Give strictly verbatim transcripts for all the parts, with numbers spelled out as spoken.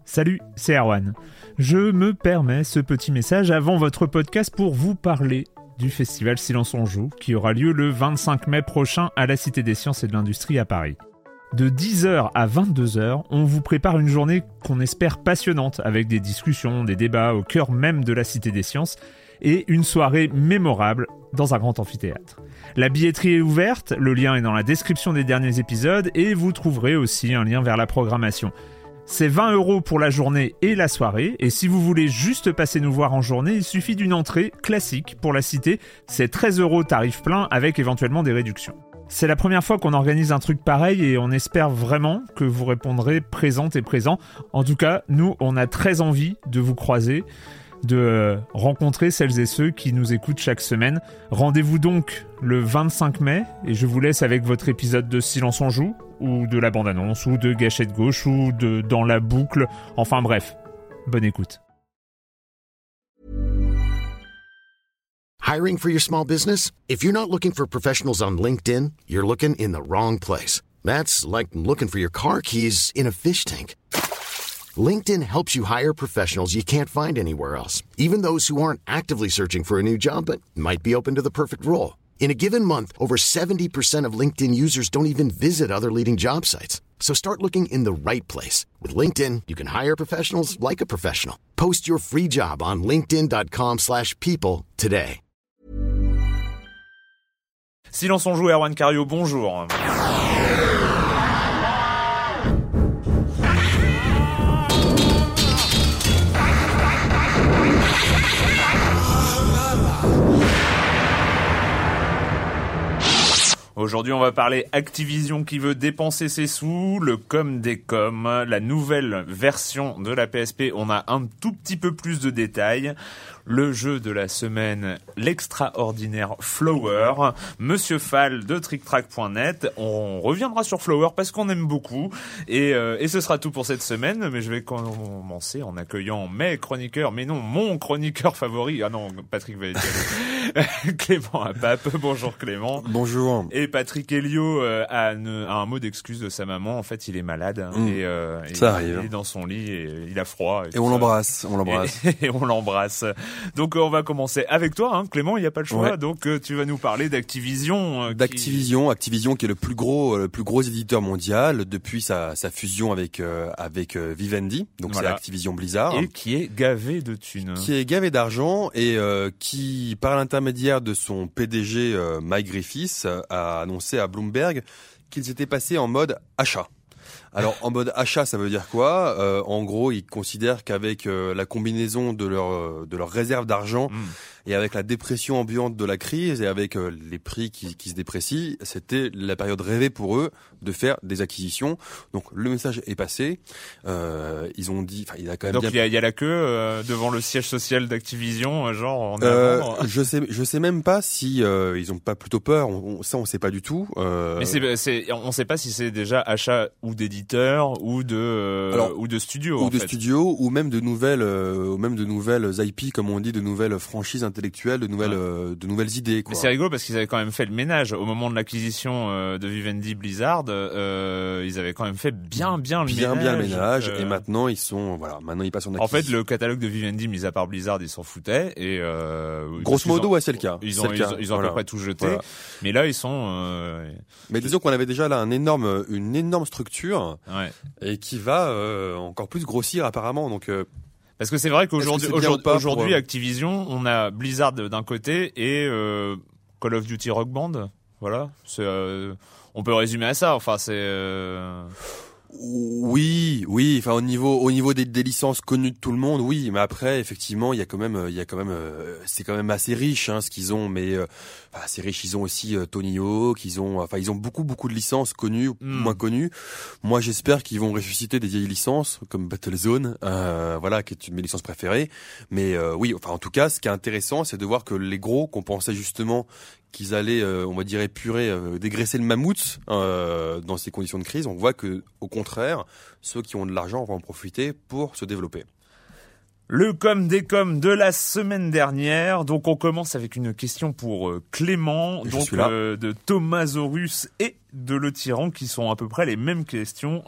Salut, c'est Erwan. Je me permets ce petit message avant votre podcast pour vous parler du festival Silence on joue qui aura lieu le vingt-cinq mai prochain à la Cité des Sciences et de l'Industrie à Paris. De dix heures à vingt-deux heures, on vous prépare une journée qu'on espère passionnante avec des discussions, des débats au cœur même de la Cité des Sciences et une soirée mémorable dans un grand amphithéâtre. La billetterie est ouverte, le lien est dans la description des derniers épisodes et vous trouverez aussi un lien vers la programmation. C'est vingt euros pour la journée et la soirée, et si vous voulez juste passer nous voir en journée, il suffit d'une entrée classique pour la cité, c'est treize euros tarif plein avec éventuellement des réductions. C'est la première fois qu'on organise un truc pareil et on espère vraiment que vous répondrez présente et présent. En tout cas, nous, on a très envie de vous croiser, de rencontrer celles et ceux qui nous écoutent chaque semaine. Rendez-vous donc le vingt-cinq mai et je vous laisse avec votre épisode de Silence on joue, ou de la bande-annonce, ou de Gâchette Gauche, ou de Dans la boucle, enfin bref, bonne écoute. Hiring for your small business? If you're not looking for professionals on LinkedIn, you're looking in the wrong place. That's like looking for your car keys in a fish tank. LinkedIn helps you hire professionals you can't find anywhere else, even those who aren't actively searching for a new job but might be open to the perfect role. In a given month, over seventy percent of LinkedIn users don't even visit other leading job sites. So start looking in the right place. With LinkedIn, you can hire professionals like a professional. Post your free job on linkedin.com slash people today. Silence on joue, Erwan Cario, bonjour. Aujourd'hui, on va parler Activision qui veut dépenser ses sous, le com des coms, la nouvelle version de la P S P. On a un tout petit peu plus de détails. Le jeu de la semaine, l'extraordinaire Flower, Monsieur Fall de trick track point net. On reviendra sur Flower parce qu'on aime beaucoup. Et, euh, et ce sera tout pour cette semaine. Mais je vais commencer en accueillant mes chroniqueurs, mais non, mon chroniqueur favori. Ah non, Patrick va dire Clément Apap. Bonjour Clément. Bonjour. Et Patrick Helio euh, a, une, a un mot d'excuse de sa maman. En fait, il est malade. Hein, mmh. et, euh, ça et, arrive. Il est dans son lit et il a froid. Et, et on l'embrasse. On l'embrasse. Et, et on l'embrasse. Donc on va commencer avec toi, hein, Clément, il n'y a pas le choix. Ouais. Donc euh, tu vas nous parler d'Activision. Euh, D'Activision, qui... Activision qui est le plus gros, le plus gros éditeur mondial depuis sa, sa fusion avec euh, avec euh, Vivendi. Donc voilà. C'est Activision Blizzard. Et qui est gavé de thunes. Qui est gavé d'argent et euh, qui, par l'intermédiaire de son P D G euh, Mike Griffiths, a annoncé à Bloomberg qu'ils étaient passés en mode achat. Alors en mode achat, ça veut dire quoi ? euh, En gros, ils considèrent qu'avec euh, la combinaison de leur euh, de leurs réserves d'argent mmh. et avec la dépression ambiante de la crise et avec euh, les prix qui, qui se déprécient, c'était la période rêvée pour eux de faire des acquisitions. Donc le message est passé. Euh, ils ont dit, enfin il a quand même. Donc bien... il y a, il y a la queue euh, devant le siège social d'Activision, genre en euh, avant. Je sais, je sais même pas si euh, ils ont pas plutôt peur. On, on, ça, on sait pas du tout. Euh... Mais c'est, c'est, on sait pas si c'est déjà achat ou d'éditeur ou de euh, Alors, ou de studio ou en de fait. studio ou même de nouvelles euh, même de nouvelles I P comme on dit, de nouvelles franchises intellectuelles, de nouvelles ouais. euh, de nouvelles idées quoi. Mais c'est rigolo parce qu'ils avaient quand même fait le ménage au moment de l'acquisition euh, de Vivendi Blizzard, euh, ils avaient quand même fait bien bien le bien, ménage. Bien bien le ménage euh... et maintenant ils sont voilà, maintenant ils passent en acquisition. En fait, le catalogue de Vivendi mis à part Blizzard, ils s'en foutaient et euh, grosso modo ont, ouais, c'est le cas. Ils ont c'est ils, le cas. ils ont voilà. à peu près tout jeté. Voilà. Mais là ils sont euh... Mais disons qu'on avait déjà là un énorme une énorme structure ouais. et qui va euh, encore plus grossir apparemment donc euh, parce que c'est vrai qu'aujourd'hui, aujourd'hui, aujourd'hui pour... Activision, on a Blizzard d'un côté et euh, Call of Duty Rock Band. Voilà, c'est, euh, on peut résumer à ça. Enfin, c'est. Euh... Oui, oui. Enfin, au niveau, au niveau des, des licences connues de tout le monde, oui. Mais après, effectivement, il y a quand même, il y a quand même, euh, c'est quand même assez riche, hein, ce qu'ils ont. Mais euh, enfin, c'est riche. Ils ont aussi euh, Tony Hawk. Ils ont, enfin, ils ont beaucoup, beaucoup de licences connues, mm. moins connues. Moi, j'espère qu'ils vont ressusciter des vieilles licences comme Battlezone, euh, voilà, qui est une de mes licences préférées. Mais euh, oui, enfin, en tout cas, ce qui est intéressant, c'est de voir que les gros qu'on pensait justement qu'ils allaient, euh, on va dire, épurer, euh, dégraisser le mammouth euh, dans ces conditions de crise. On voit que, au contraire, ceux qui ont de l'argent vont en profiter pour se développer. Le com des coms de la semaine dernière. Donc on commence avec une question pour euh, Clément, Je donc euh, de Thomasaurus et de Le Tyran, qui sont à peu près les mêmes questions. Euh,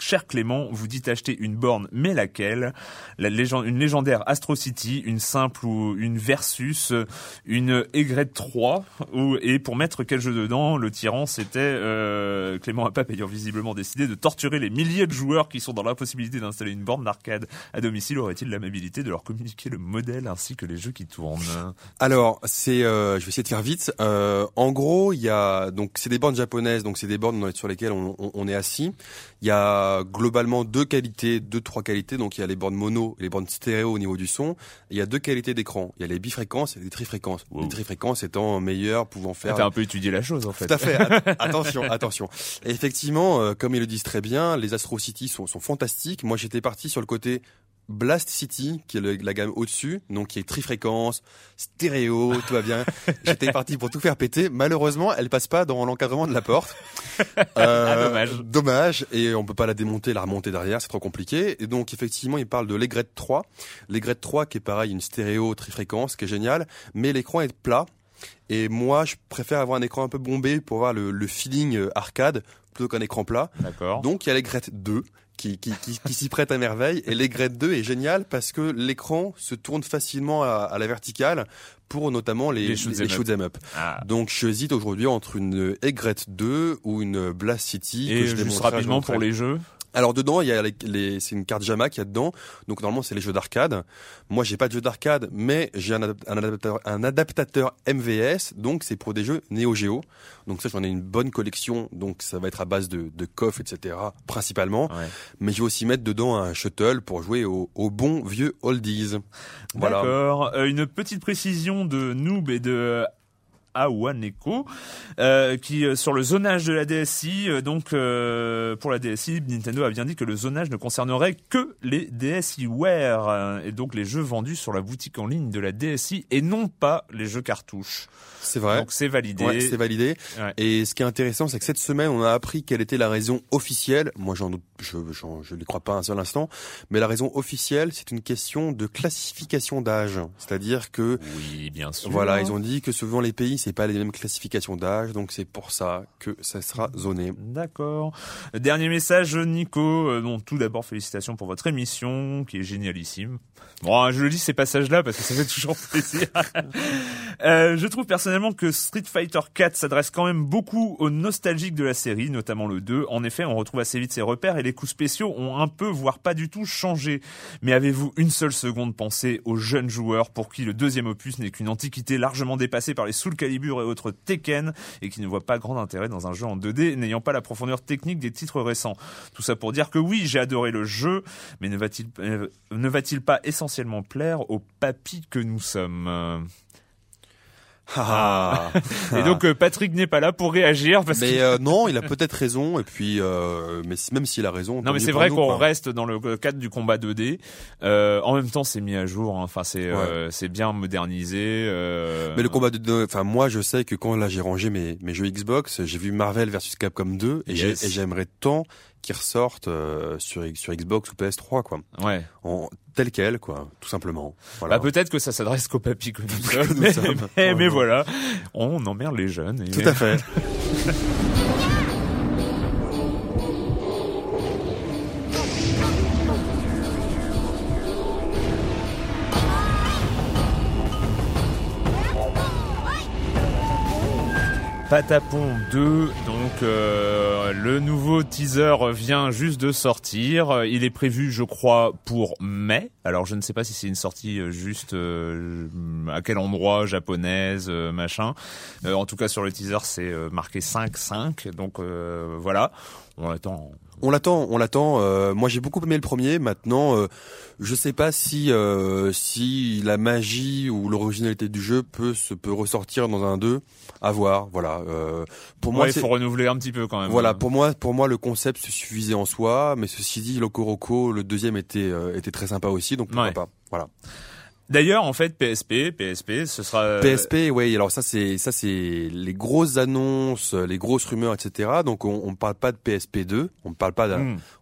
cher Clément, vous dites acheter une borne, mais laquelle? La légende, une légendaire Astro City, une simple ou une Versus, une Aigrette trois, ou, et pour mettre quel jeu dedans? Le tyran, c'était euh, Clément Apap ayant visiblement décidé de torturer les milliers de joueurs qui sont dans l'impossibilité d'installer une borne d'arcade à domicile. Aurait-il l'amabilité de leur communiquer le modèle ainsi que les jeux qui tournent? Alors, c'est, euh, je vais essayer de faire vite. Euh, en gros, il y a donc c'est des bornes japonaises, donc c'est des bornes sur lesquelles on, on, on est assis. Il y a globalement deux qualités, deux trois qualités. Donc il y a les bornes mono et les bornes stéréo au niveau du son. Il y a deux qualités d'écran. Il y a les bifréquences et les trifréquences. Wow. Les trifréquences étant meilleures, pouvant faire. Ah, t'as un peu étudié la chose en fait. Tout à fait. attention, attention. Et effectivement, euh, comme ils le disent très bien, les Astro City sont, sont fantastiques. Moi, j'étais parti sur le côté Blast City, qui est le, la gamme au-dessus, donc qui est trifréquence, stéréo, tout va bien. J'étais parti pour tout faire péter. Malheureusement, elle passe pas dans l'encadrement de la porte. Euh, ah, dommage. Dommage. Et on peut pas la démonter, la remonter derrière, c'est trop compliqué. Et donc, effectivement, il parle de l'Aigrette trois. L'Aigrette trois, qui est pareil, une stéréo trifréquence, qui est géniale. Mais l'écran est plat. Et moi, je préfère avoir un écran un peu bombé pour avoir le, le feeling arcade plutôt qu'un écran plat. D'accord. Donc, il y a l'Aigrette deux. Qui, qui, qui, qui s'y prête à merveille. Et l'Aigrette deux est génial parce que l'écran se tourne facilement à, à la verticale pour notamment les, les shoot'em up. Ah. Donc j'hésite aujourd'hui entre une Aigrette deux ou une Blast City. Et que je juste rapidement pour les jeux. Alors dedans, il y a les, les c'est une carte JAMA qu'il y a dedans. Donc normalement, c'est les jeux d'arcade. Moi, j'ai pas de jeux d'arcade, mais j'ai un, adap- un adaptateur, un adaptateur M V S. Donc c'est pour des jeux Neo Geo. Donc ça, j'en ai une bonne collection. Donc ça va être à base de, de coffres, et cetera principalement. Ouais. Mais je vais aussi mettre dedans un shuttle pour jouer au, au bon vieux oldies. Voilà. D'accord. Euh, une petite précision de Noob et de Awaneko, euh, qui euh, sur le zonage de la D S I, euh, donc euh, pour la D S I, Nintendo a bien dit que le zonage ne concernerait que les D S iWare euh, et donc les jeux vendus sur la boutique en ligne de la D S I et non pas les jeux cartouches. C'est vrai. Donc c'est validé. Ouais, c'est validé. Ouais. Et ce qui est intéressant, c'est que cette semaine, on a appris quelle était la raison officielle. Moi, j'en doute, je, j'en, je ne crois pas un seul instant. Mais la raison officielle, c'est une question de classification d'âge. C'est-à-dire que. Oui, bien sûr. Voilà, ils ont dit que suivant les pays, c'est pas les mêmes classifications d'âge. Donc c'est pour ça que ça sera zoné. D'accord. Dernier message, Nico. Euh, bon, tout d'abord, félicitations pour votre émission, qui est génialissime. Bon, je le dis ces passages-là parce que ça fait toujours plaisir. euh, je trouve personnellement que Street Fighter quatre s'adresse quand même beaucoup aux nostalgiques de la série, notamment le deux. En effet, on retrouve assez vite ses repères et les coups spéciaux ont un peu, voire pas du tout changé. Mais avez-vous une seule seconde pensé aux jeunes joueurs pour qui le deuxième opus n'est qu'une antiquité largement dépassée par les Soul Calibur et autres Tekken et qui ne voient pas grand intérêt dans un jeu en deux D n'ayant pas la profondeur technique des titres récents? Tout ça pour dire que oui, j'ai adoré le jeu, mais ne va-t-il, euh, ne va-t-il pas essentiellement plaire aux papis que nous sommes? Ah. Et donc euh, Patrick n'est pas là pour réagir parce mais que euh, non, il a peut-être raison et puis euh, mais même s'il a raison. Non mais c'est vrai nous, qu'on quoi. reste dans le cadre du combat deux D. Euh, en même temps, c'est mis à jour. Hein. Enfin, c'est ouais. euh, c'est bien modernisé. Euh... Mais le combat deux D. Enfin, moi, je sais que quand là j'ai rangé mes mes jeux Xbox, j'ai vu Marvel versus Capcom deux et, yes. j'ai, et j'aimerais tant qu'ils ressortent euh, sur sur Xbox ou P S trois quoi. Ouais. En tel quel quoi, tout simplement. Voilà. Bah peut-être que ça s'adresse qu'aux papis que nous sommes. mais, mais, mais voilà, on emmerde les jeunes. Et... Tout à fait. Patapon deux, donc euh, le nouveau teaser vient juste de sortir. Il est prévu, je crois, pour mai. Alors je ne sais pas si c'est une sortie juste euh, à quel endroit, japonaise, euh, machin. Euh, en tout cas sur le teaser c'est euh, marqué cinq cinq, donc euh, voilà, on attend. On l'attend, on l'attend. Euh, moi, j'ai beaucoup aimé le premier. Maintenant, euh, je sais pas si euh, si la magie ou l'originalité du jeu peut se peut ressortir dans un deux. À voir. Voilà. Euh, pour moi, ouais, il faut renouveler un petit peu quand même. Voilà. Pour moi, pour moi, le concept se suffisait en soi. Mais ceci dit, Loco Roco, le deuxième était euh, était très sympa aussi. Donc pourquoi ouais. pas. Voilà. D'ailleurs, en fait, P S P, P S P, ce sera... P S P, oui, alors ça c'est ça c'est les grosses annonces, les grosses rumeurs, et cetera. Donc on on parle pas de P S P deux, on parle pas d'un, mmh. on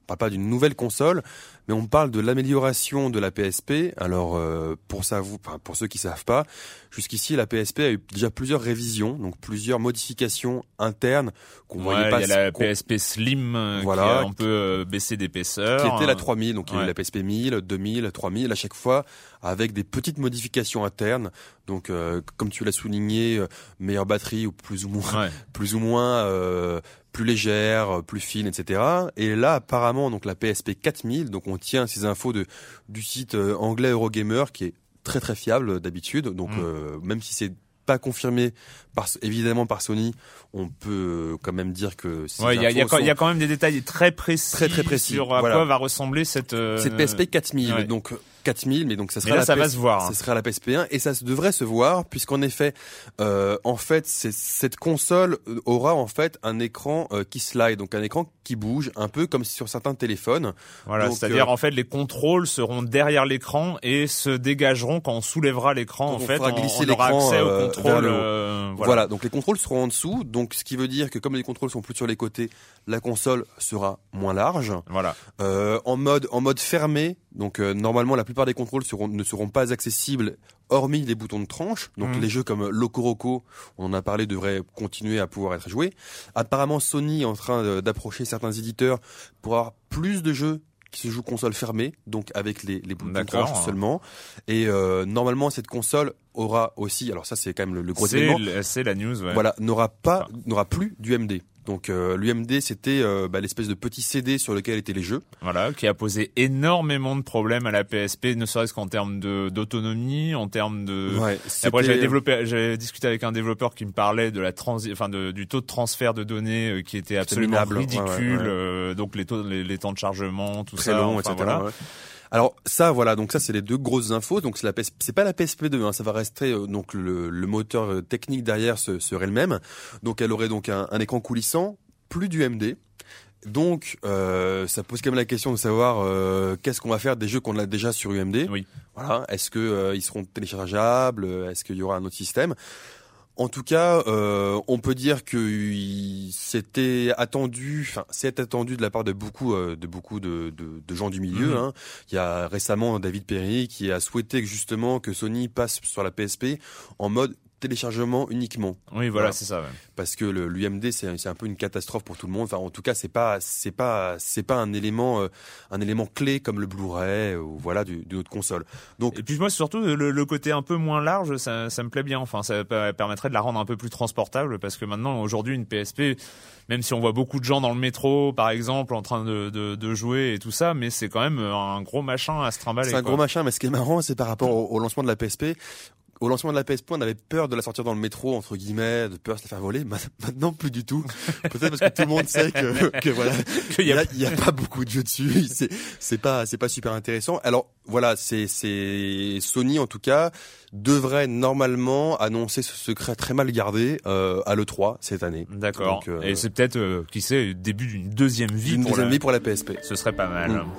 parle pas d'une nouvelle console, mais on parle de l'amélioration de la P S P. Alors euh, pour ça, vous, enfin, pour ceux qui savent pas, jusqu'ici la P S P a eu déjà plusieurs révisions, donc plusieurs modifications internes qu'on ouais, voyait pas. Il y a la P S P Slim, euh, voilà, qui a un peu euh, baissé d'épaisseur, qui était la trois mille, donc il y a ouais. eu la P S P mille, deux mille, trois mille, à chaque fois avec des petites modifications internes. Donc euh, comme tu l'as souligné, euh, meilleure batterie ou plus ou moins, ouais. plus ou moins. Euh, plus légère, plus fine, et cetera. Et là, apparemment, donc la P S P quatre mille, donc on tient ces infos de du site euh, anglais Eurogamer, qui est très très fiable d'habitude. Donc mmh. euh, même si c'est pas confirmé par évidemment par Sony, on peut quand même dire que il ouais, y, a, y, a, y a quand même des détails très précis, très très précis sur à voilà. quoi va ressembler cette euh... cette P S P quatre mille. Ouais. Donc quatre mille, mais donc ça sera là, la ça P S, va se voir. Ça sera la P S P un et ça devrait se voir puisqu'en effet, euh, en fait, c'est, cette console aura en fait un écran euh, qui slide, donc un écran qui bouge, un peu comme sur certains téléphones. Voilà, donc, c'est-à-dire euh, en fait les contrôles seront derrière l'écran et se dégageront quand on soulèvera l'écran. En on fait, fera on, glisser on aura l'écran accès euh, au contrôle. Euh, voilà. voilà, donc les contrôles seront en dessous, donc ce qui veut dire que comme les contrôles sont plus sur les côtés, la console sera moins large. Voilà. Euh, en mode en mode fermé, donc euh, normalement la plupart des contrôles seront, ne seront pas accessibles hormis les boutons de tranche. Donc mmh. les jeux comme Loco Roco, on en a parlé, devraient continuer à pouvoir être joués. Apparemment Sony est en train de, d'approcher certains éditeurs pour avoir plus de jeux qui se jouent console fermée, donc avec les, les boutons D'accord. de tranche seulement. Et euh, normalement cette console aura aussi, alors ça c'est quand même le, le gros c'est élément. Le, c'est la news. Ouais. Voilà, n'aura pas, enfin. n'aura plus d'U M D. Donc euh, l'U M D c'était euh, bah, l'espèce de petit C D sur lequel étaient les jeux. Voilà, qui a posé énormément de problèmes à la P S P, ne serait-ce qu'en termes de d'autonomie, en termes de. Ouais, après j'avais développé, j'avais discuté avec un développeur qui me parlait de la transi, enfin de, du taux de transfert de données euh, qui était absolument minable. ridicule. Ouais, ouais, ouais. Euh, donc les taux, les, les temps de chargement, tout Très ça. long, enfin, et cetera. Voilà. Ouais. Alors ça voilà, donc ça c'est les deux grosses infos. Donc c'est la P S P, c'est pas la P S P deux, hein, ça va rester euh, donc le, le moteur technique derrière ce, serait le même. Donc elle aurait donc un, un écran coulissant, plus d'U M D. Donc euh, ça pose quand même la question de savoir euh, qu'est-ce qu'on va faire des jeux qu'on a déjà sur U M D. Oui. Voilà, est-ce que euh, ils seront téléchargeables, est-ce qu'il y aura un autre système? En tout cas, euh, on peut dire que il, c'était attendu, enfin c'est attendu de la part de beaucoup, euh, de beaucoup de, de, de gens du milieu. Mmh. Hein. Il y a récemment David Perry qui a souhaité que justement que Sony passe sur la P S P en mode téléchargement uniquement. Oui, voilà, voilà. c'est ça. Ouais. Parce que le, l'U M D c'est, c'est un peu une catastrophe pour tout le monde. Enfin, en tout cas, c'est pas, c'est pas, c'est pas un élément, euh, un élément clé comme le Blu-ray ou voilà du, d'une autre console. Donc, et puis moi surtout le, le côté un peu moins large, ça, ça me plaît bien. Enfin, ça permettrait de la rendre un peu plus transportable parce que maintenant, aujourd'hui, une P S P, même si on voit beaucoup de gens dans le métro, par exemple, en train de, de, de jouer et tout ça, mais c'est quand même un gros machin à se trimballer. C'est un quoi. gros machin, mais ce qui est marrant, c'est par rapport au, au lancement de la P S P. Au lancement de la P S P, on avait peur de la sortir dans le métro, entre guillemets, de peur de se la faire voler. Maintenant, plus du tout. Peut-être parce que tout le monde sait que, que voilà, il y a, il y a pas beaucoup de jeux dessus. C'est, c'est pas, c'est pas super intéressant. Alors, voilà, c'est, c'est, Sony, en tout cas, devrait normalement annoncer ce secret très mal gardé, euh, à l'E trois cette année. D'accord. Donc, euh, et c'est peut-être, euh, qui sait, le début d'une deuxième vie une pour deuxième la... vie pour la P S P. Ce serait pas mal. Mmh.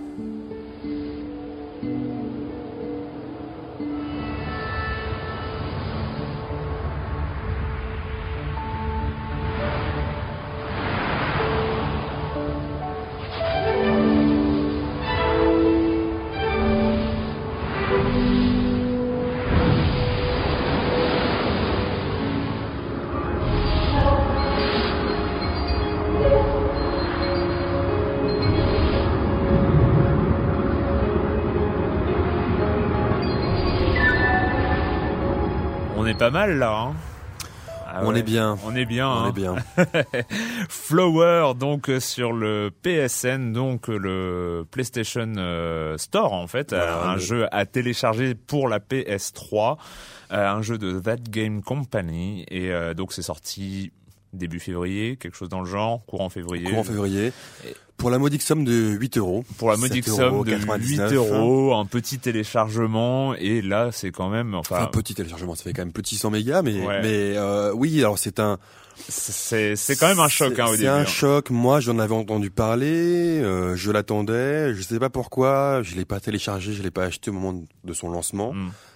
Pas mal là. Hein. Ah on ouais, est bien. On est bien. On hein. est bien. Flower donc sur le P S N, donc le PlayStation euh, Store en fait, voilà, un le... jeu à télécharger pour la P S trois, euh, un jeu de That Game Company et euh, donc c'est sorti début février, quelque chose dans le genre, courant février. Courant février. Et... Pour la modique somme de huit euros. Pour la modique somme de huit euros, un petit téléchargement, et là, c'est quand même, enfin. Enfin, petit téléchargement, ça fait quand même petit cent mégas, mais, ouais. mais, euh, oui, alors c'est un, c'est, c'est quand même un choc, hein, au c'est début. C'est un choc. Moi, j'en avais entendu parler, euh, je l'attendais, je sais pas pourquoi, je l'ai pas téléchargé, je l'ai pas acheté au moment de son lancement. Mm.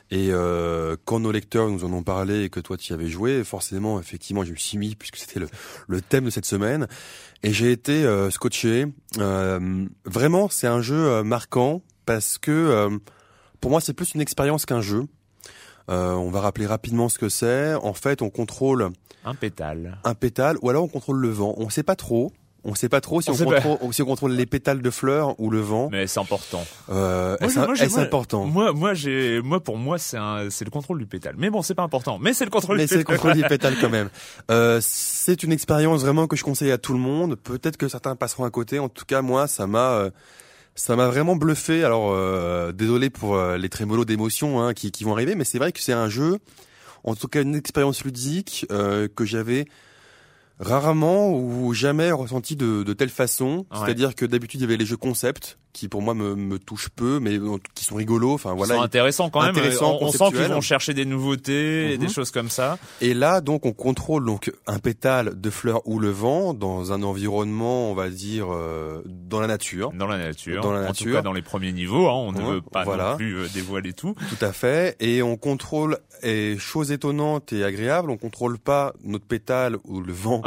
Et euh, quand nos lecteurs nous en ont parlé et que toi tu y avais joué, forcément, effectivement, je me suis mis puisque c'était le, le thème de cette semaine. Et j'ai été euh, scotché. Euh, vraiment, c'est un jeu euh, marquant parce que euh, pour moi, c'est plus une expérience qu'un jeu. Euh, on va rappeler rapidement ce que c'est. En fait, on contrôle un pétale, un pétale, ou alors on contrôle le vent. On sait pas trop. On sait pas trop si on, on, contrôle, si on contrôle les pétales de fleurs ou le vent. Mais c'est important. Euh, moi, est-ce, moi, est-ce moi, important Moi, moi, j'ai, moi, pour moi, c'est un, c'est le contrôle du pétale. Mais bon, c'est pas important. Mais c'est le contrôle. Mais du c'est pétale. le contrôle du pétale quand même. Euh, c'est une expérience vraiment que je conseille à tout le monde. Peut-être que certains passeront à côté. En tout cas, moi, ça m'a, euh, ça m'a vraiment bluffé. Alors, euh, désolé pour euh, les trémolos d'émotions hein, qui, qui vont arriver, mais c'est vrai que c'est un jeu, en tout cas une expérience ludique euh, que j'avais rarement ou jamais ressenti de, de telle façon. Ouais. C'est-à-dire que d'habitude, il y avait les jeux concept qui, pour moi, me, me touchent peu, mais qui sont rigolos. Enfin, voilà. Ils sont intéressants quand même. Intéressants, on, on sent qu'ils vont chercher des nouveautés mm-hmm. et des choses comme ça. Et là, donc, on contrôle donc un pétale de fleurs ou le vent dans un environnement, on va dire, euh, dans la nature. Dans la nature. Dans la en nature. tout cas, dans les premiers niveaux. Hein, on ouais, ne veut pas voilà. non plus euh, dévoiler tout. Tout à fait. Et on contrôle, et chose étonnante et agréable, on contrôle pas notre pétale ou le vent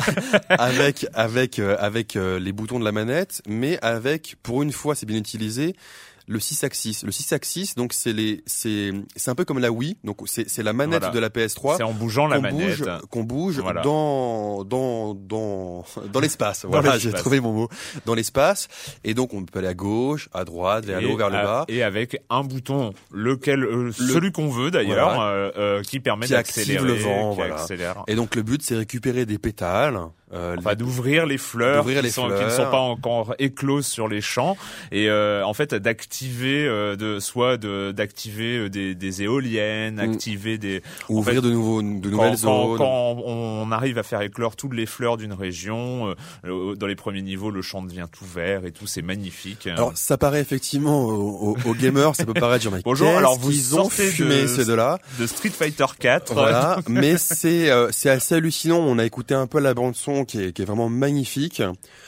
avec avec euh, avec euh, les boutons de la manette, mais avec, pour une fois, c'est bien utilisé, le six axis. Le six axis, donc c'est les, c'est, c'est un peu comme la Wii. Donc c'est, c'est la manette voilà. de la P S trois. C'est en bougeant la manette. Bouge, qu'on bouge voilà. dans, dans, dans, dans l'espace. Voilà, l'espace. J'ai trouvé mon mot. Dans l'espace. Et donc on peut aller à gauche, à droite, vers le haut, vers le bas. Et avec un bouton, lequel, euh, le, celui qu'on veut d'ailleurs, voilà. euh, euh, qui permet qui d'accélérer. le vent, qui voilà. accélère. Et donc le but, c'est récupérer des pétales. Euh, enfin, les... d'ouvrir les fleurs, d'ouvrir qui, les sont, fleurs. qui ne sont pas encore écloses sur les champs, et euh, en fait d'activer, euh, de soit de d'activer des, des éoliennes, mmh. activer des ouvrir en fait, de nouveaux de nouvelles quand, zones. Quand, quand on arrive à faire éclore toutes les fleurs d'une région, euh, dans les premiers niveaux, le champ devient tout vert et tout, c'est magnifique. Alors ça paraît effectivement aux, aux gamers, ça peut paraître genre mais bonjour. Alors vous ils ont fumé de, ces deux-là de Street Fighter quatre. Voilà, mais c'est euh, c'est assez hallucinant. On a écouté un peu la bande son qui est qui est vraiment magnifique.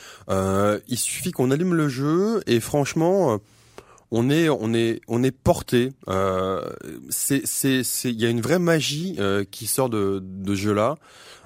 Euh, il suffit qu'on allume le jeu et franchement, on est on est on est porté. Euh, c'est c'est c'est il y a une vraie magie euh, qui sort de de ce jeu-là.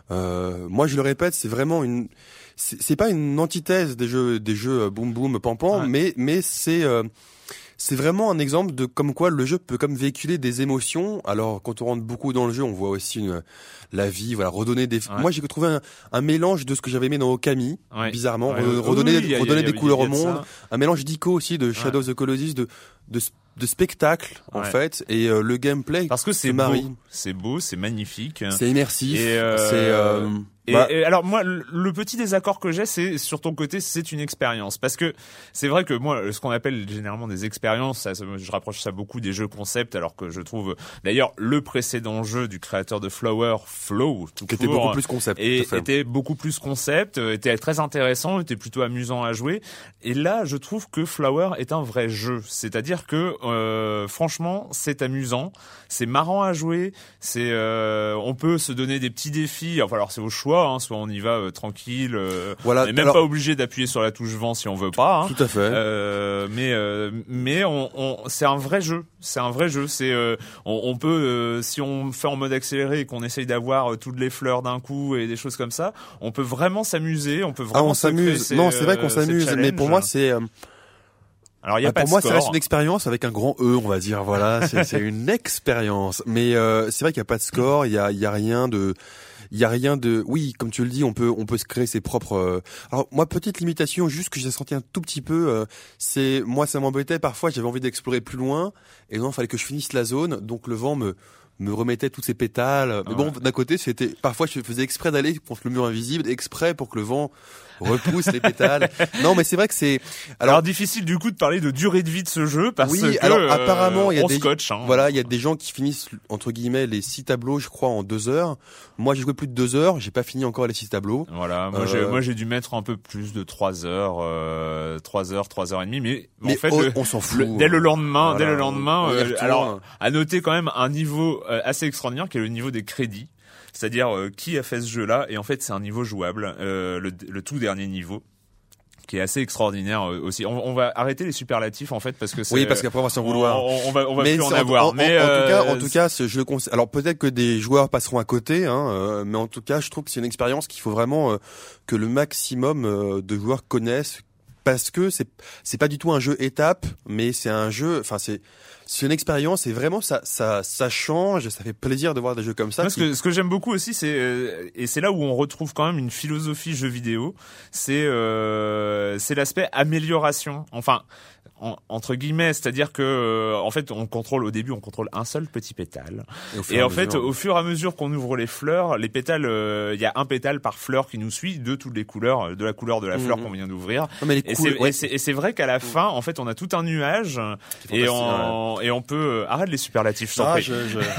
Euh, moi, je le répète, c'est vraiment une c'est, c'est pas une antithèse des jeux des jeux boum boum pam pam, ouais. mais mais c'est euh, c'est vraiment un exemple de comme quoi le jeu peut comme véhiculer des émotions. Alors quand on rentre beaucoup dans le jeu, on voit aussi une, la vie, voilà, redonner des. Ouais. Moi j'ai trouvé un, un mélange de ce que j'avais aimé dans Okami, ouais. bizarrement, ouais. redonner, oui, redonner y a, y a, des couleurs au monde, ça. Un mélange d'Ico aussi, de Shadow of the Colossus, de de de spectacle en ouais. fait, et euh, le gameplay. Parce que c'est beau, c'est beau, c'est magnifique, c'est immersif, et euh... c'est. Euh... Et, bah. et alors moi, le petit désaccord que j'ai, c'est sur ton côté, c'est une expérience, parce que c'est vrai que moi, ce qu'on appelle généralement des expériences, ça, je rapproche ça beaucoup des jeux concept, alors que je trouve, d'ailleurs, le précédent jeu du créateur de Flower, Flow, tout qui était beaucoup plus concept, et était beaucoup plus concept, était très intéressant, était plutôt amusant à jouer. Et là, je trouve que Flower est un vrai jeu, c'est-à-dire que euh, franchement, c'est amusant, c'est marrant à jouer, c'est, euh, on peut se donner des petits défis. Enfin, alors c'est au choix. Hein, soit on y va euh, tranquille, euh, voilà, on n'est même alors, pas obligé d'appuyer sur la touche vent si on veut pas. Hein, tout à fait. Euh, mais euh, mais on, on, c'est un vrai jeu, c'est un vrai jeu. C'est euh, on, on peut euh, si on fait en mode accéléré et qu'on essaye d'avoir euh, toutes les fleurs d'un coup et des choses comme ça, on peut vraiment s'amuser, on peut vraiment. Ah, on s'amuse. Non, c'est vrai qu'on s'amuse, mais pour moi c'est. Euh... Alors, il y a ah, pas pour de moi, score. Ça reste une expérience avec un grand E, on va dire. Voilà, c'est, c'est une expérience. Mais euh, c'est vrai qu'il y a pas de score, il y a, il y a rien de. Il y a rien de, oui, comme tu le dis, on peut, on peut se créer ses propres. Euh... Alors moi, petite limitation, juste que j'ai senti un tout petit peu, euh, c'est moi, ça m'embêtait. Parfois, j'avais envie d'explorer plus loin, et non, il fallait que je finisse la zone, donc le vent me me remettait tous ces pétales. Mais bon, ouais. D'un côté, c'était parfois je faisais exprès d'aller contre le mur invisible, exprès pour que le vent repousse les pétales. Non, mais c'est vrai que c'est. Alors, alors difficile du coup de parler de durée de vie de ce jeu parce oui, que alors apparemment il y a on des scotch, hein. Voilà, il y a des gens qui finissent entre guillemets les six tableaux, je crois, en deux heures. Moi, j'ai joué plus de deux heures, j'ai pas fini encore les six tableaux. Voilà, moi euh... j'ai moi j'ai dû mettre un peu plus de trois heures, euh, trois heures, trois heures et demie, mais, mais en fait on, le, on s'en fout. Le, dès le lendemain, voilà, dès le lendemain, euh, retourne, alors hein. À noter quand même un niveau euh, assez extraordinaire qui est le niveau des crédits. C'est-à-dire euh, qui a fait ce jeu-là, et en fait c'est un niveau jouable, euh, le, le tout dernier niveau, qui est assez extraordinaire aussi. On, on va arrêter les superlatifs en fait parce que c'est, oui, parce qu'après on va s'en vouloir. On, on va, on va mais plus en avoir. En, mais en, en, euh, tout cas, en tout cas, je le conseille. Alors peut-être que des joueurs passeront à côté, hein, euh, mais en tout cas, je trouve que c'est une expérience qu'il faut vraiment euh, que le maximum euh, de joueurs connaissent, parce que c'est c'est pas du tout un jeu étape, mais c'est un jeu. Enfin, c'est c'est une expérience et vraiment ça ça ça change, ça fait plaisir de voir des jeux comme ça. Moi, qui... ce que ce que j'aime beaucoup aussi, c'est euh, et c'est là où on retrouve quand même une philosophie jeu vidéo, c'est euh, c'est l'aspect amélioration. Enfin. En, entre guillemets, c'est-à-dire que euh, en fait on contrôle au début on contrôle un seul petit pétale et, et en fait mesure, au fur et à mesure qu'on ouvre les fleurs, les pétales, il euh, y a un pétale par fleur qui nous suit de toutes les couleurs, de la couleur de la fleur mmh. qu'on vient d'ouvrir. Non, mais les et, cool, c'est, ouais. et, c'est, et c'est vrai qu'à la fin en fait on a tout un nuage et on, ouais. et on peut arrête les superlatifs, je t'en ah, prie. Je, je...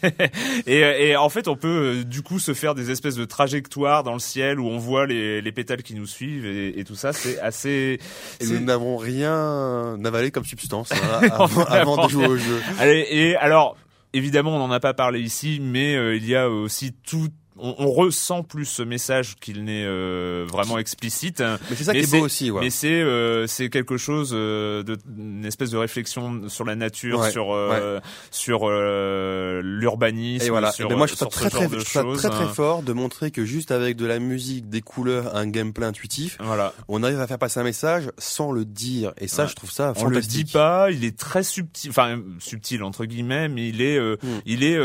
et, et en fait on peut du coup se faire des espèces de trajectoires dans le ciel où on voit les, les pétales qui nous suivent et, et tout ça, c'est assez. Et c'est... nous n'avons rien avalé comme substance hein, avant, avant de jouer au jeu. Allez, et alors évidemment on n'en a pas parlé ici, mais euh, il y a aussi tout. On, on ressent plus ce message qu'il n'est euh, vraiment explicite. Mais c'est ça mais qui est beau aussi, ouais. Mais c'est euh, c'est quelque chose euh, de une espèce de réflexion sur la nature, ouais, sur euh, ouais. sur euh, l'urbanisme. Et voilà. Sur, et ben moi je trouve ça très très, je trouve très très fort de montrer que juste avec de la musique, des couleurs, un gameplay intuitif, voilà, on arrive à faire passer un message sans le dire. Et ça, ouais. je trouve ça on fantastique. On le dit pas, il est très subtil, enfin subtil entre guillemets, mais il est euh, mm. il est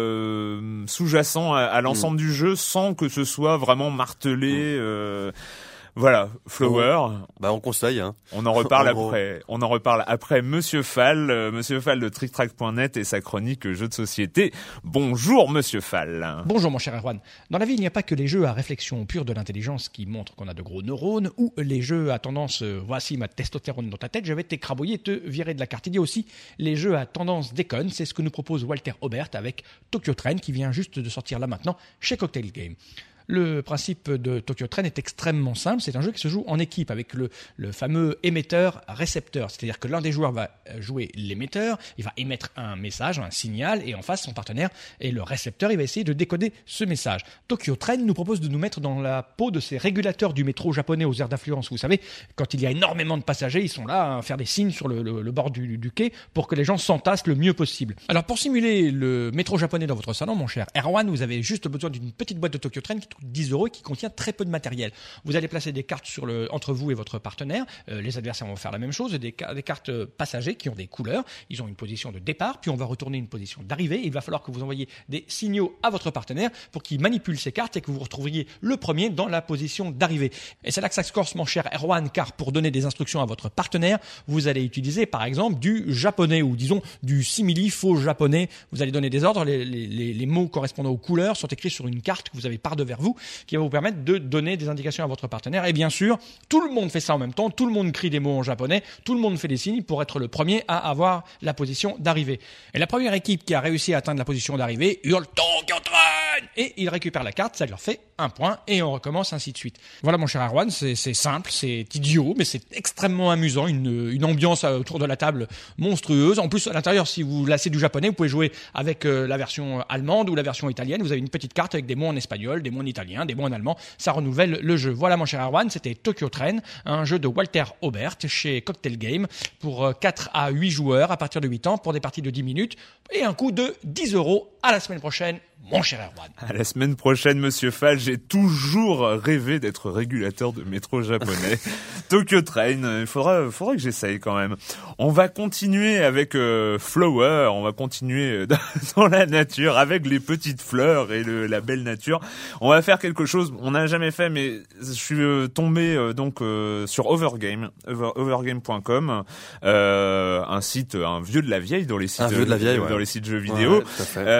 euh, sous-jacent à, à l'ensemble mm. du jeu sans que ce soit vraiment martelé. Euh, voilà, Flower. Oh. Bah on conseille. Hein. On en reparle en après. On en reparle après. Monsieur Fall, euh, Monsieur Fall de trick track point net et sa chronique jeux de société. Bonjour Monsieur Fall. Bonjour mon cher Erwan. Dans la vie, il n'y a pas que les jeux à réflexion pure de l'intelligence qui montrent qu'on a de gros neurones ou les jeux à tendance euh, voici ma testostérone dans ta tête, je vais t'écrabouiller et te virer de la carte. Il y a aussi les jeux à tendance déconne. C'est ce que nous propose Walter Aubert avec Tokyo Train qui vient juste de sortir là maintenant chez Cocktail Game. Le principe de Tokyo Train est extrêmement simple. C'est un jeu qui se joue en équipe avec le, le fameux émetteur-récepteur. C'est-à-dire que l'un des joueurs va jouer l'émetteur, il va émettre un message, un signal, et en face, son partenaire et le récepteur, il va essayer de décoder ce message. Tokyo Train nous propose de nous mettre dans la peau de ces régulateurs du métro japonais aux aires d'affluence. Vous savez, quand il y a énormément de passagers, ils sont là à faire des signes sur le, le, le bord du, du quai pour que les gens s'entassent le mieux possible. Alors, pour simuler le métro japonais dans votre salon, mon cher Erwan, vous avez juste besoin d'une petite boîte de Tokyo Train qui dix euros et qui contient très peu de matériel. Vous allez placer des cartes sur le, entre vous et votre partenaire. Euh, les adversaires vont faire la même chose. Des, des cartes passagers qui ont des couleurs. Ils ont une position de départ, puis on va retourner une position d'arrivée. Il va falloir que vous envoyiez des signaux à votre partenaire pour qu'il manipule ces cartes et que vous vous retrouviez le premier dans la position d'arrivée. Et c'est là que ça se corse, mon cher Erwan, car pour donner des instructions à votre partenaire, vous allez utiliser par exemple du japonais ou disons du simili faux japonais. Vous allez donner des ordres. Les, les, les mots correspondant aux couleurs sont écrits sur une carte que vous avez par devers vous, qui va vous permettre de donner des indications à votre partenaire. Et bien sûr, tout le monde fait ça en même temps, tout le monde crie des mots en japonais, tout le monde fait des signes pour être le premier à avoir la position d'arrivée. Et la première équipe qui a réussi à atteindre la position d'arrivée hurle « Tokyo Train !» et il récupère la carte, ça leur fait un point et on recommence ainsi de suite. Voilà mon cher Erwan, c'est, c'est simple, c'est idiot, mais c'est extrêmement amusant, une, une ambiance autour de la table monstrueuse. En plus, à l'intérieur, si vous lassez du japonais, vous pouvez jouer avec euh, la version allemande ou la version italienne. Vous avez une petite carte avec des mots en espagnol, des mots en italien, des mots en allemand. Ça renouvelle le jeu. Voilà mon cher Erwan, c'était Tokyo Train, un jeu de Walter Aubert chez Cocktail Game pour quatre à huit joueurs à partir de huit ans pour des parties de dix minutes et un coût de dix euros. À la semaine prochaine, mon cher Erwan. À la semaine prochaine, monsieur Fall. J'ai toujours rêvé d'être régulateur de métro japonais. Tokyo Train, il faudra, faudra que j'essaye quand même. On va continuer avec euh, Flower, on va continuer dans, dans la nature avec les petites fleurs et le, la belle nature. On va faire quelque chose, on n'a jamais fait, mais je suis euh, tombé euh, donc euh, sur Overgame, over, overgame point com, euh, un site, un vieux de la vieille dans les sites, un vieux de la vieille, dans ouais. les sites jeux vidéo, ouais, tout à fait.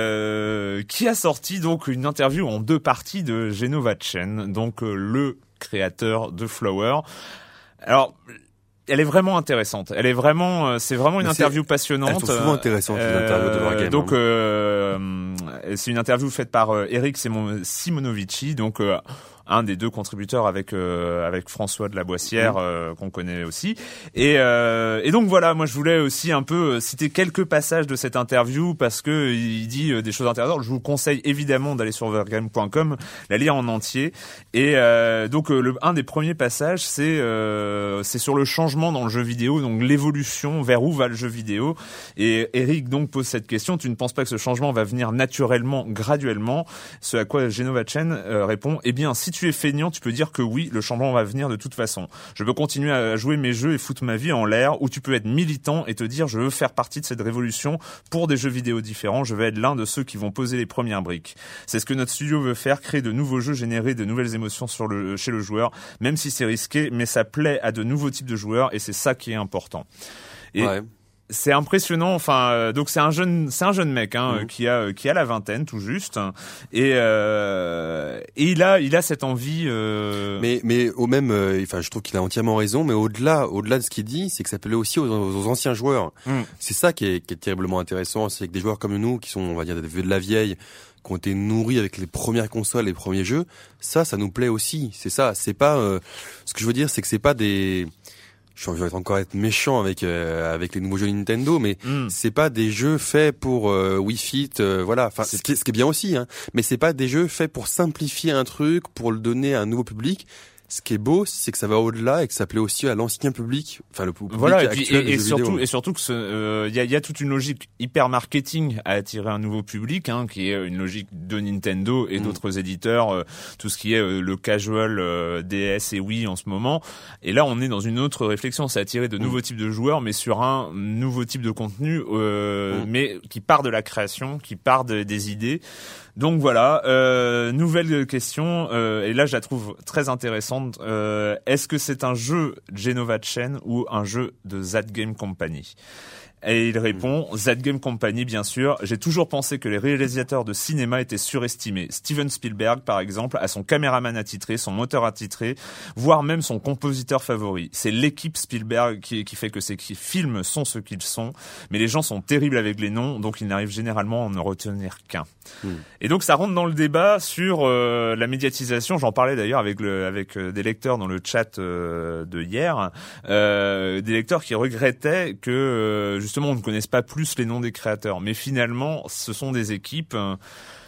Euh, qui a sorti donc une interview en deux parties de Genova Chen, donc euh, le créateur de Flower. Alors, elle est vraiment intéressante. Elle est vraiment, euh, c'est vraiment une Mais interview passionnante. Elles sont souvent intéressantes euh, les interviews d'Overgame. Donc, euh, c'est une interview faite par euh, Eric Simonovici. Donc, euh, un des deux contributeurs avec euh, avec François de la Boissière, euh, qu'on connaît aussi. Et, euh, et donc voilà, moi je voulais aussi un peu citer quelques passages de cette interview parce que il dit des choses intéressantes. Je vous conseille évidemment d'aller sur overgame point com, la lire en entier. Et euh, donc le un des premiers passages, c'est euh, c'est sur le changement dans le jeu vidéo, donc l'évolution vers où va le jeu vidéo. Et Eric donc pose cette question: tu ne penses pas que ce changement va venir naturellement, graduellement? Ce à quoi Genova Chen euh, répond: eh bien, si tu es feignant, tu peux dire que oui, le changement va venir de toute façon. Je peux continuer à jouer mes jeux et foutre ma vie en l'air, ou tu peux être militant et te dire: je veux faire partie de cette révolution pour des jeux vidéo différents, je vais être l'un de ceux qui vont poser les premières briques. C'est ce que notre studio veut faire, créer de nouveaux jeux, générer de nouvelles émotions sur le, chez le joueur, même si c'est risqué, mais ça plaît à de nouveaux types de joueurs et c'est ça qui est important. Et ouais. C'est impressionnant. Enfin, euh, donc c'est un jeune, c'est un jeune mec hein, mmh. qui a qui a la vingtaine tout juste, et euh, et il a il a cette envie. Euh... Mais mais au même, euh, enfin, je trouve qu'il a entièrement raison. Mais au-delà au-delà de ce qu'il dit, c'est que ça plaît aussi aux, aux anciens joueurs. Mmh. C'est ça qui est, qui est terriblement intéressant, c'est que des joueurs comme nous, qui sont, on va dire, de la vieille, qui ont été nourris avec les premières consoles, les premiers jeux, ça, ça nous plaît aussi. C'est ça. C'est pas. Euh, ce que je veux dire, c'est que c'est pas des. Je vais encore être méchant avec euh, avec les nouveaux jeux Nintendo, mais mm. c'est pas des jeux faits pour euh, Wii Fit, euh, voilà. Enfin, ce qui, est, ce qui est bien aussi, hein. Mais c'est pas des jeux faits pour simplifier un truc, pour le donner à un nouveau public. Ce qui est beau, c'est que ça va au-delà et que ça plaît aussi à l'ancien public, enfin le public voilà, et actuel puis, et, des et jeux surtout, vidéo. Et surtout que il euh, y, a, y a toute une logique hyper marketing à attirer un nouveau public, hein, qui est une logique de Nintendo et mmh. d'autres éditeurs, euh, tout ce qui est euh, le casual euh, D S et Wii en ce moment. Et là, on est dans une autre réflexion, c'est attirer de mmh. nouveaux types de joueurs, mais sur un nouveau type de contenu, euh, mmh. mais qui part de la création, qui part de, des idées. Donc voilà, euh, nouvelle question, euh, et là je la trouve très intéressante. Euh, est-ce que c'est un jeu Genova Chen ou un jeu de That Game Company ? Et il répond, That Game Company, bien sûr. J'ai toujours pensé que les réalisateurs de cinéma étaient surestimés. Steven Spielberg, par exemple, a son caméraman attitré, son moteur attitré, voire même son compositeur favori. C'est l'équipe Spielberg qui, qui fait que ces films sont ce qu'ils sont. Mais les gens sont terribles avec les noms, donc ils n'arrivent généralement à en retenir qu'un. Mmh. Et donc ça rentre dans le débat sur euh, la médiatisation. J'en parlais d'ailleurs avec, le, avec euh, des lecteurs dans le chat euh, de hier. Euh, des lecteurs qui regrettaient que... Euh, justement on ne connaisse pas plus les noms des créateurs, mais finalement ce sont des équipes. Euh...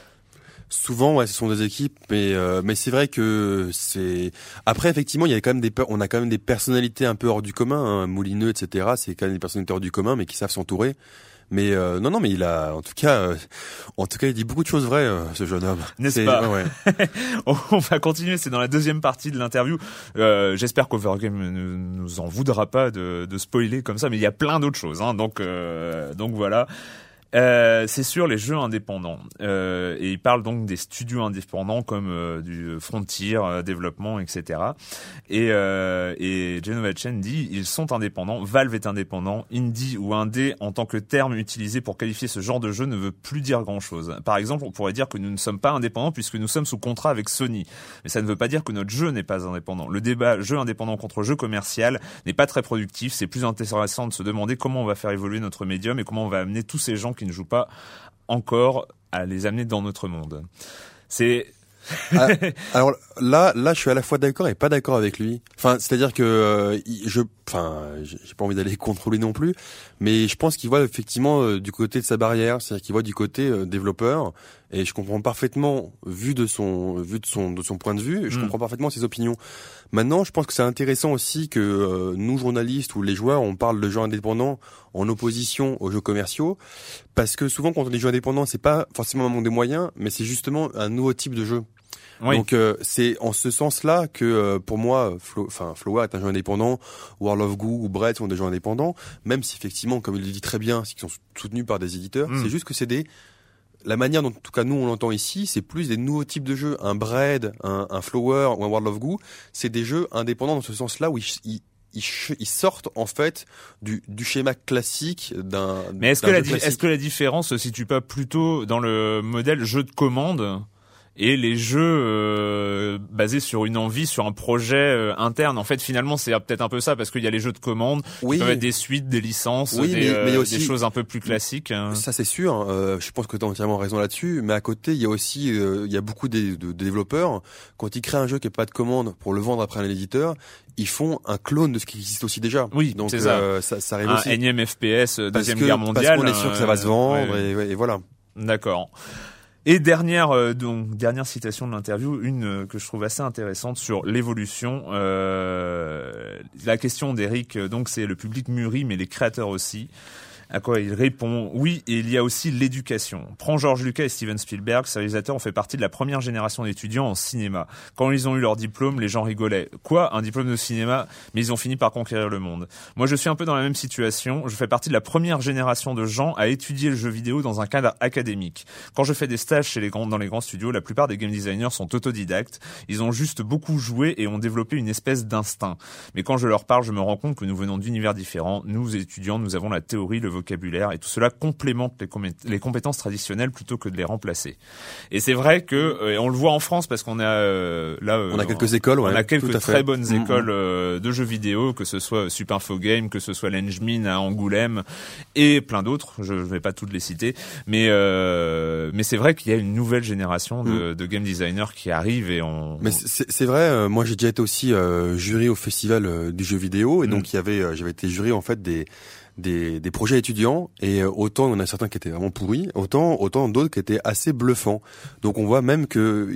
Souvent, ouais, ce sont des équipes, mais euh, mais c'est vrai que c'est. Après, effectivement, il y a quand même des, on a quand même des personnalités un peu hors du commun, hein, Moulineux, et cetera. C'est quand même des personnalités hors du commun, mais qui savent s'entourer. Mais euh, non, non, mais il a, en tout cas, euh, en tout cas, il dit beaucoup de choses vraies, euh, ce jeune homme. N'est-ce c'est, pas ouais, ouais. On va continuer. C'est dans la deuxième partie de l'interview. Euh, j'espère qu'Overgame ne nous en voudra pas de, de spoiler comme ça, mais il y a plein d'autres choses. Hein, donc, euh, donc voilà. Euh, c'est sur les jeux indépendants euh, et il parle donc des studios indépendants comme euh, du Frontier euh, développement, et cetera. Et, euh, et Genova Chen dit ils sont indépendants, Valve est indépendant, indie ou indé en tant que terme utilisé pour qualifier ce genre de jeu ne veut plus dire grand-chose. Par exemple, on pourrait dire que nous ne sommes pas indépendants puisque nous sommes sous contrat avec Sony, mais ça ne veut pas dire que notre jeu n'est pas indépendant. Le débat jeu indépendant contre jeu commercial n'est pas très productif. C'est plus intéressant de se demander comment on va faire évoluer notre médium et comment on va amener tous ces gens qui ne jouent pas encore à les amener dans notre monde. C'est ah, alors là, là, je suis à la fois d'accord et pas d'accord avec lui. Enfin, c'est-à-dire que euh, je, enfin, j'ai pas envie d'aller contre lui non plus, mais je pense qu'il voit effectivement euh, du côté de sa barrière, c'est-à-dire qu'il voit du côté euh, développeur. Et je comprends parfaitement, vu de son, vu de son, de son point de vue, je mmh. comprends parfaitement ses opinions. Maintenant, je pense que c'est intéressant aussi que euh, nous journalistes ou les joueurs, on parle de jeux indépendants en opposition aux jeux commerciaux, parce que souvent quand on dit jeux indépendants, c'est pas forcément un monde des moyens, mais c'est justement un nouveau type de jeu. Oui. Donc euh, c'est en ce sens-là que euh, pour moi, enfin Flower est un jeu indépendant, World of Goo ou Bread sont des jeux indépendants, même si effectivement, comme il le dit très bien, c'est qu'ils sont soutenus par des éditeurs. Mmh. C'est juste que c'est des La manière dont, en tout cas, nous, on l'entend ici, c'est plus des nouveaux types de jeux. Un Bread, un, un Flower ou un World of Goo, c'est des jeux indépendants dans ce sens-là où ils, ils, ils, ils sortent, en fait, du, du schéma classique d'un Mais est-ce d'un que, jeu la, classique. est-ce que la différence se situe pas plutôt dans le modèle jeu de commande et les jeux euh, basés sur une envie, sur un projet euh, interne. En fait, finalement, c'est peut-être un peu ça, parce qu'il y a les jeux de commande, oui. qui peuvent être des suites, des licences, oui, des, mais, euh, mais aussi, des choses un peu plus classiques. Hein. Ça, c'est sûr. Euh, je pense que tu as entièrement raison là-dessus. Mais à côté, il y a aussi, euh, il y a beaucoup de, de, de développeurs, quand ils créent un jeu qui n'a pas de commande pour le vendre après un éditeur, ils font un clone de ce qui existe aussi déjà. Oui, donc c'est ça. Euh, ça, ça arrive un aussi. Un énième F P S, deuxième parce que, guerre mondiale. Parce qu'on est sûr que ça va se vendre, euh, ouais. et, et voilà. D'accord. Et dernière euh, donc dernière citation de l'interview, une euh, que je trouve assez intéressante sur l'évolution. Euh, la question d'Eric, donc c'est le public mûrit, mais les créateurs aussi. À quoi il répond: oui, et il y a aussi l'éducation. Prends George Lucas et Steven Spielberg, ces réalisateurs ont fait partie de la première génération d'étudiants en cinéma. Quand ils ont eu leur diplôme, les gens rigolaient. Quoi, un diplôme de cinéma? Mais ils ont fini par conquérir le monde. Moi, je suis un peu dans la même situation. Je fais partie de la première génération de gens à étudier le jeu vidéo dans un cadre académique. Quand je fais des stages chez les grands, dans les grands studios, la plupart des game designers sont autodidactes. Ils ont juste beaucoup joué et ont développé une espèce d'instinct. Mais quand je leur parle, je me rends compte que nous venons d'univers différents. Nous, étudiants, nous avons la théorie, le vocabulaire, et tout cela complémente les, com- les compétences traditionnelles plutôt que de les remplacer. Et c'est vrai que, euh, on le voit en France, parce qu'on a euh, là, euh, on a quelques écoles, ouais, on a quelques tout à très fait. bonnes mmh. écoles euh, de jeux vidéo, que ce soit Supinfo Game, que ce soit l'Engmin à Angoulême, et plein d'autres. Je ne vais pas toutes les citer, mais euh, mais c'est vrai qu'il y a une nouvelle génération de, mmh. de game designers qui arrive, et on. Mais c'est, c'est vrai. Euh, moi, j'ai déjà été aussi euh, jury au festival euh, du jeu vidéo, et mmh. donc il y avait, euh, j'avais été jury en fait des Des, des projets étudiants, et autant il y en a certains qui étaient vraiment pourris, autant autant d'autres qui étaient assez bluffants. Donc on voit même que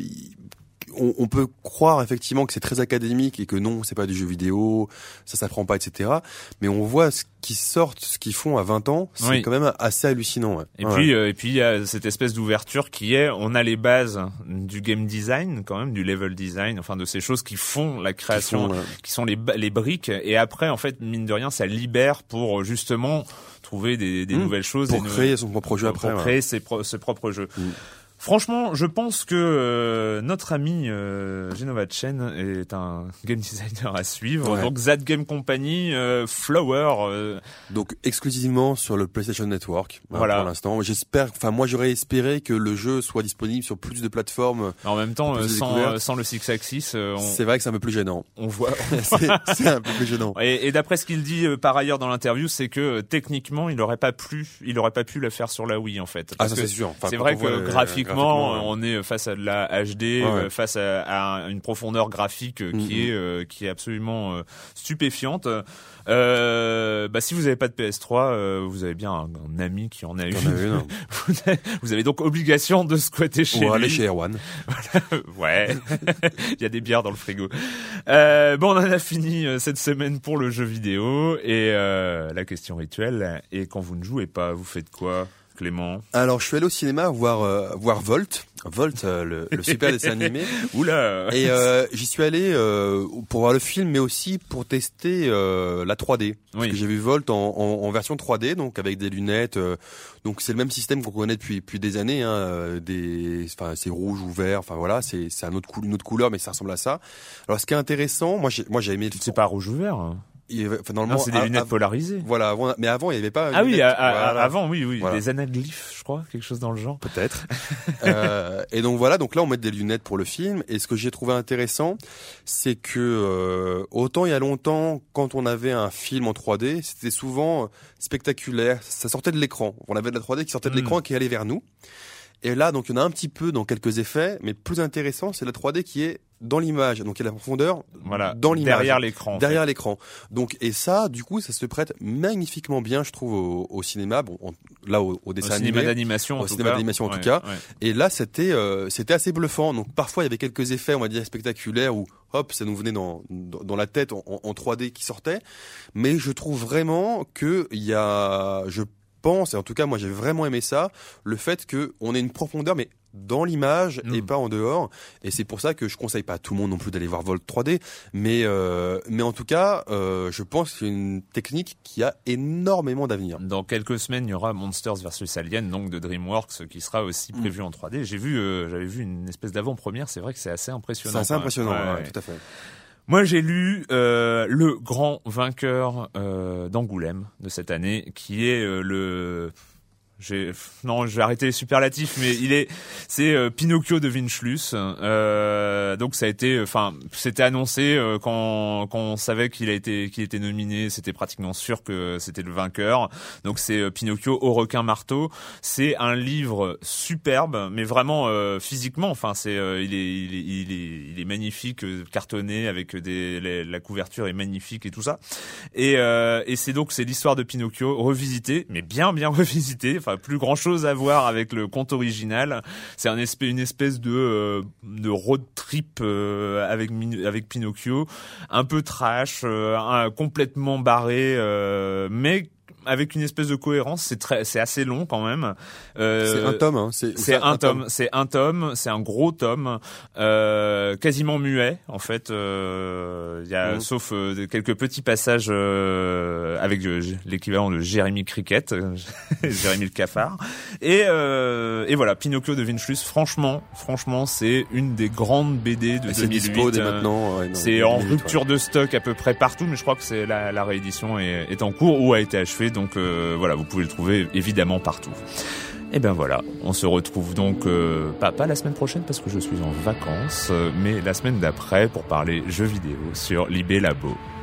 on, on peut croire effectivement que c'est très académique et que non, c'est pas du jeu vidéo, ça s'apprend pas, et cetera. Mais on voit ce qui sortent, ce qu'ils font à vingt ans, c'est oui. quand même assez hallucinant. Ouais. Et ouais. puis euh, et puis il y a cette espèce d'ouverture qui est, on a les bases du game design quand même, du level design, enfin de ces choses qui font la création, qui, font, ouais. qui sont les les briques. Et après en fait, mine de rien, ça libère pour justement trouver des, des mmh. nouvelles choses, pour des créer son propre jeu pour après, créer ouais. ses, pro- ses propres jeux. Mmh. Franchement, je pense que euh, notre ami euh, Genova Chen est un game designer à suivre. Ouais. Donc That Game Company, euh, Flower. Euh... Donc exclusivement sur le PlayStation Network. Voilà. Pour l'instant, j'espère. Enfin, moi, j'aurais espéré que le jeu soit disponible sur plus de plateformes. En même temps, euh, sans, sans le Six Axis, euh, on... c'est vrai que c'est un peu plus gênant. On voit. c'est, c'est un peu plus gênant. Et, et d'après ce qu'il dit euh, par ailleurs dans l'interview, c'est que euh, techniquement, il aurait pas pu, il aurait pas pu le faire sur la Wii en fait. Parce ah, ça c'est sûr. Enfin, c'est vrai que euh, graphiquement, graphiquement, on est face à de la H D, ouais, ouais. euh, face à, à une profondeur graphique euh, qui mm-hmm. est euh, qui est absolument euh, stupéfiante. Euh, bah si vous avez pas de P S trois, euh, vous avez bien un, un ami qui en a une. une vous, avez, vous avez donc obligation de squatter chez Ou lui. aller chez Erwan. Ouais, il y a des bières dans le frigo. Euh, bon, on en a fini euh, cette semaine pour le jeu vidéo, et euh, la question rituelle. Et quand vous ne jouez pas, vous faites quoi, Clément? Alors, je suis allé au cinéma voir euh, voir Volt. Volt, euh, le, le super dessin animé. Oula. Et euh, j'y suis allé euh, pour voir le film, mais aussi pour tester euh, la trois D. Parce oui. que j'ai vu Volt en, en, en version trois D, donc avec des lunettes. Euh, donc c'est le même système qu'on connaît depuis depuis des années. Hein, des, enfin c'est rouge ou vert. Enfin voilà, c'est c'est un autre cou- une autre couleur, mais ça ressemble à ça. Alors ce qui est intéressant, moi j'ai moi j'ai aimé. C'est pas rouge ou vert. Hein. Il avait, enfin, non, c'est des lunettes av- polarisées. Voilà, avant, mais avant il y avait pas. Ah oui, lunettes, à, à, voilà. avant oui, oui, voilà. des anaglyphes, je crois, quelque chose dans le genre. Peut-être. euh, et donc voilà, donc là on met des lunettes pour le film. Et ce que j'ai trouvé intéressant, c'est que euh, autant il y a longtemps, quand on avait un film en trois D, c'était souvent spectaculaire. Ça sortait de l'écran. On avait de la trois D qui sortait de l'écran mmh. et qui allait vers nous. Et là, donc il y en a un petit peu dans quelques effets, mais plus intéressant, c'est la trois D qui est dans l'image. Donc il y a la profondeur voilà, dans l'image, derrière l'écran. Derrière fait. l'écran. Donc et ça, du coup, ça se prête magnifiquement bien, je trouve, au, au cinéma. Bon, on, là au, au dessin au animé, cinéma d'animation, au en cinéma tout d'animation cas. en tout cas. Ouais, ouais. Et là, c'était euh, c'était assez bluffant. Donc parfois il y avait quelques effets, on va dire spectaculaires, où hop, ça nous venait dans dans, dans la tête en, en trois D qui sortait. Mais je trouve vraiment que il y a, je pense, et en tout cas moi j'ai vraiment aimé ça, le fait que on ait une profondeur, mais dans l'image mmh. et pas en dehors. Et c'est pour ça que je conseille pas à tout le monde non plus d'aller voir Volt trois D, mais euh, mais en tout cas, euh, je pense que c'est une technique qui a énormément d'avenir. Dans quelques semaines, il y aura Monsters versus Alien, donc de DreamWorks, qui sera aussi prévu mmh. en trois D. J'ai vu, euh, j'avais vu une espèce d'avant-première. C'est vrai que c'est assez impressionnant. C'est assez impressionnant, ouais, ouais, ouais. tout à fait. Moi, j'ai lu euh, le grand vainqueur euh, d'Angoulême de cette année, qui est euh, le... j'ai non, je vais arrêter les superlatifs, mais il est, c'est euh, Pinocchio de Wunschluss. Euh, donc ça a été, enfin, c'était annoncé euh, quand quand on savait qu'il a été qu'il était nominé, c'était pratiquement sûr que c'était le vainqueur. Donc c'est euh, Pinocchio au requin marteau. C'est un livre superbe, mais vraiment euh, physiquement, enfin c'est, euh, il est il est il est il est magnifique, euh, cartonné avec des les, la couverture est magnifique et tout ça. Et euh, et c'est donc c'est l'histoire de Pinocchio revisitée, mais bien bien revisitée. Enfin plus grand chose à voir avec le conte original. C'est un espèce une espèce de euh, de road trip euh, avec avec Pinocchio, un peu trash, euh, un, complètement barré, euh, mais avec une espèce de cohérence. C'est très, c'est assez long quand même. Euh, c'est un tome, hein. C'est, c'est un, un tome. tome. C'est un tome. C'est un gros tome, euh, quasiment muet en fait. Il euh, y a, mmh. sauf euh, quelques petits passages euh, avec euh, l'équivalent de Jérémy Cricket, Jérémy le cafard. Et, euh, et voilà, Pinocchio de Wunschluss. Franchement, franchement, c'est une des grandes B D de et deux mille huit. C'est dispo dès maintenant. Ouais, non, c'est en rupture ouais. de stock à peu près partout, mais je crois que c'est la, la réédition est, est en cours ou a été achevée. Donc euh, voilà, vous pouvez le trouver évidemment partout. Et ben voilà, on se retrouve donc euh, pas pas la semaine prochaine parce que je suis en vacances, euh, mais la semaine d'après pour parler jeux vidéo sur Libé Labo.